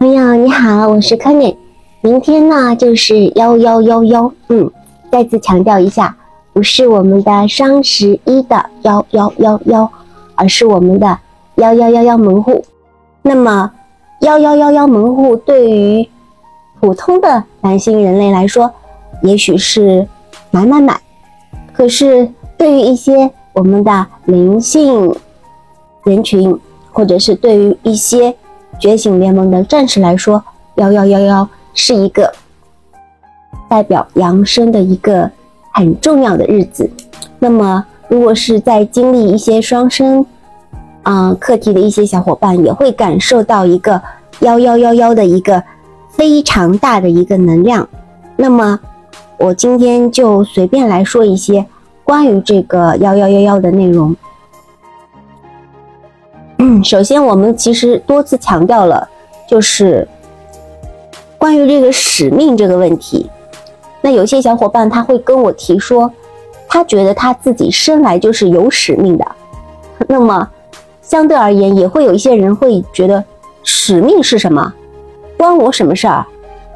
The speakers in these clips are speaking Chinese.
朋友你好，我是柯内。明天呢就是1111，再次强调一下，不是我们的双11的1111，而是我们的1111门户。那么1111门户对于普通的男性人类来说，也许是买，可是对于一些我们的灵性人群，或者是对于一些觉醒联盟的战士来说，1111是一个代表扬升的一个很重要的日子。那么如果是在经历一些双生课题的一些小伙伴，也会感受到一个1111的一个非常大的一个能量。那么我今天就随便来说一些关于这个1111的内容。首先我们其实多次强调了，就是关于这个使命这个问题。那有些小伙伴他会跟我提说，他觉得他自己生来就是有使命的。那么相对而言，也会有一些人会觉得使命是什么？关我什么事儿？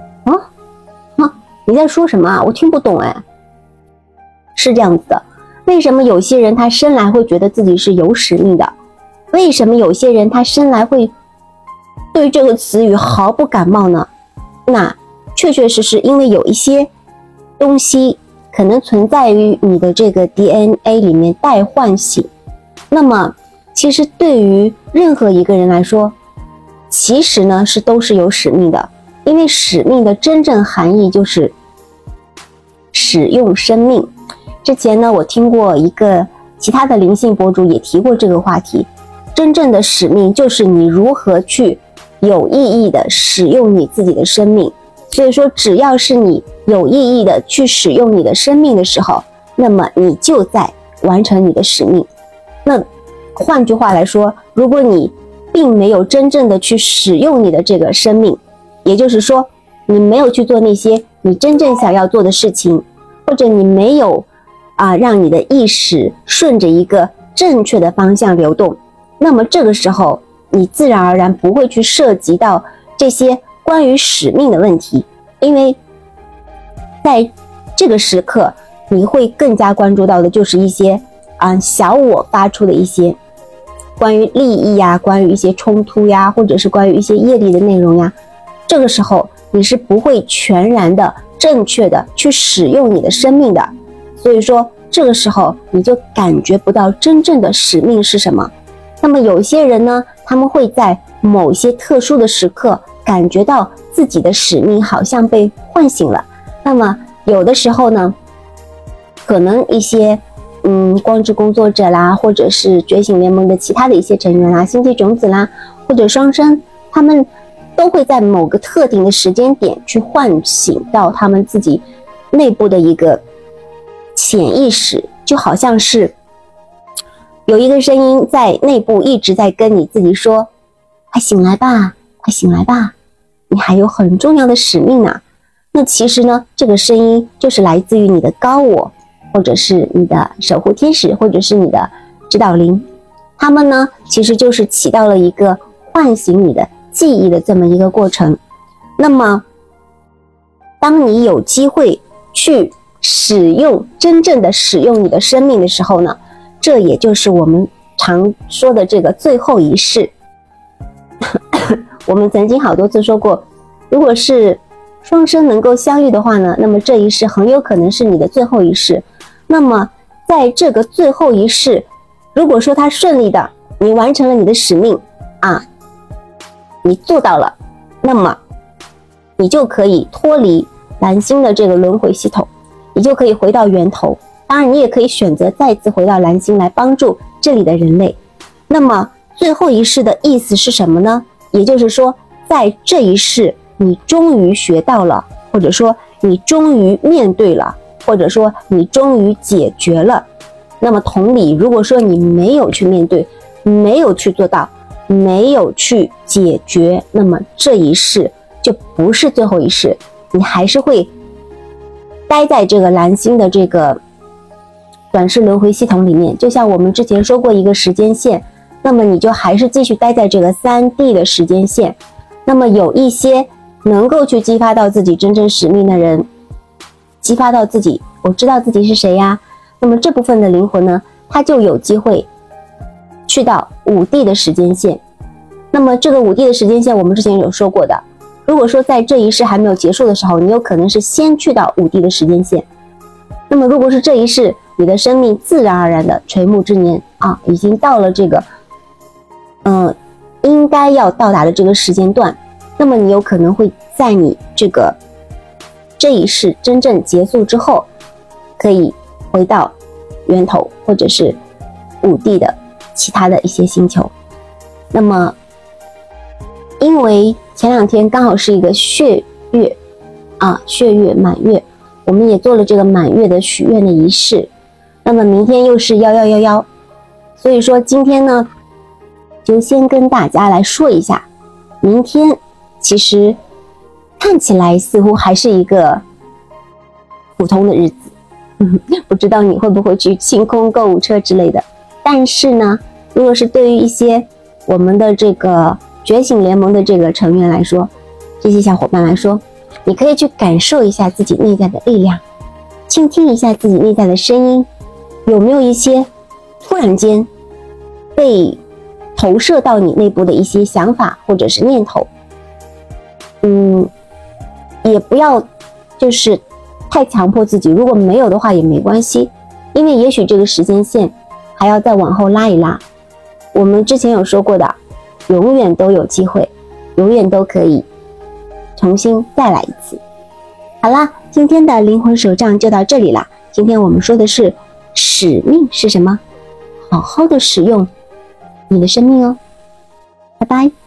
你在说什么啊？我听不懂哎。是这样子的，为什么有些人他生来会觉得自己是有使命的？为什么有些人他生来会对这个词语毫不感冒呢？那确实因为有一些东西可能存在于你的这个 DNA 里面待唤醒。那么其实对于任何一个人来说，其实呢都是有使命的。因为使命的真正含义就是使用生命。之前呢我听过一个其他的灵性博主也提过这个话题，真正的使命就是你如何去有意义的使用你自己的生命。所以说只要是你有意义的去使用你的生命的时候，那么你就在完成你的使命。那换句话来说，如果你并没有真正的去使用你的这个生命，也就是说你没有去做那些你真正想要做的事情，或者你没有让你的意识顺着一个正确的方向流动，那么这个时候你自然而然不会去涉及到这些关于使命的问题。因为在这个时刻你会更加关注到的就是一些小我发出的一些关于利益呀，关于一些冲突呀，或者是关于一些业力的内容呀。这个时候你是不会全然的正确的去使用你的生命的。所以说这个时候你就感觉不到真正的使命是什么。那么有些人呢，他们会在某些特殊的时刻感觉到自己的使命好像被唤醒了。那么有的时候呢，可能一些光之工作者啦，或者是觉醒联盟的其他的一些成员啦，星际种子啦，或者双生，他们都会在某个特定的时间点去唤醒到他们自己内部的一个潜意识，就好像是有一个声音在内部一直在跟你自己说，快醒来吧，快醒来吧，你还有很重要的使命呢。那其实呢，这个声音就是来自于你的高我，或者是你的守护天使，或者是你的指导灵。他们呢其实就是起到了一个唤醒你的记忆的这么一个过程。那么当你有机会去真正的使用你的生命的时候呢，这也就是我们常说的这个最后仪式。我们曾经好多次说过，如果是双生能够相遇的话呢，那么这一世很有可能是你的最后一世。那么在这个最后一世，如果说它顺利的你完成了你的使命你做到了，那么你就可以脱离蓝星的这个轮回系统，你就可以回到源头。当然你也可以选择再次回到蓝星来帮助这里的人类。那么最后一世的意思是什么呢？也就是说在这一世你终于学到了，或者说你终于面对了，或者说你终于解决了。那么同理，如果说你没有去面对，没有去做到，没有去解决，那么这一世就不是最后一世，你还是会待在这个蓝星的这个转世轮回系统里面。就像我们之前说过一个时间线，那么你就还是继续待在这个 3D 的时间线。 那么有一些能够去激发到自己真正使命的人，激发到自己，我知道自己是谁呀，那么这部分的灵魂呢，它就有机会去到5D 的时间线。那么这个5D 的时间线我们之前有说过的，如果说在这一世还没有结束的时候，你有可能是先去到5D 的时间线，那么如果是这一世你的生命自然而然的垂暮之年啊，已经到了这个应该要到达的这个时间段，那么你有可能会在你这一世真正结束之后，可以回到源头或者是5D 的其他的一些星球。那么因为前2天刚好是一个血月血月满月，我们也做了这个满月的许愿的仪式，那么明天又是1111，所以说今天呢就先跟大家来说一下，明天其实看起来似乎还是一个普通的日子，不知道你会不会去清空购物车之类的。但是呢，如果是对于一些我们的这个觉醒联盟的这个成员来说，这些小伙伴来说，你可以去感受一下自己内在的力量，倾听一下自己内在的声音，有没有一些突然间被投射到你内部的一些想法或者是念头。也不要就是太强迫自己，如果没有的话也没关系，因为也许这个时间线还要再往后拉一拉。我们之前有说过的，永远都有机会，永远都可以重新再来一次。好啦，今天的灵魂手账就到这里啦。今天我们说的是使命是什么，好好的使用你的生命哦。拜拜。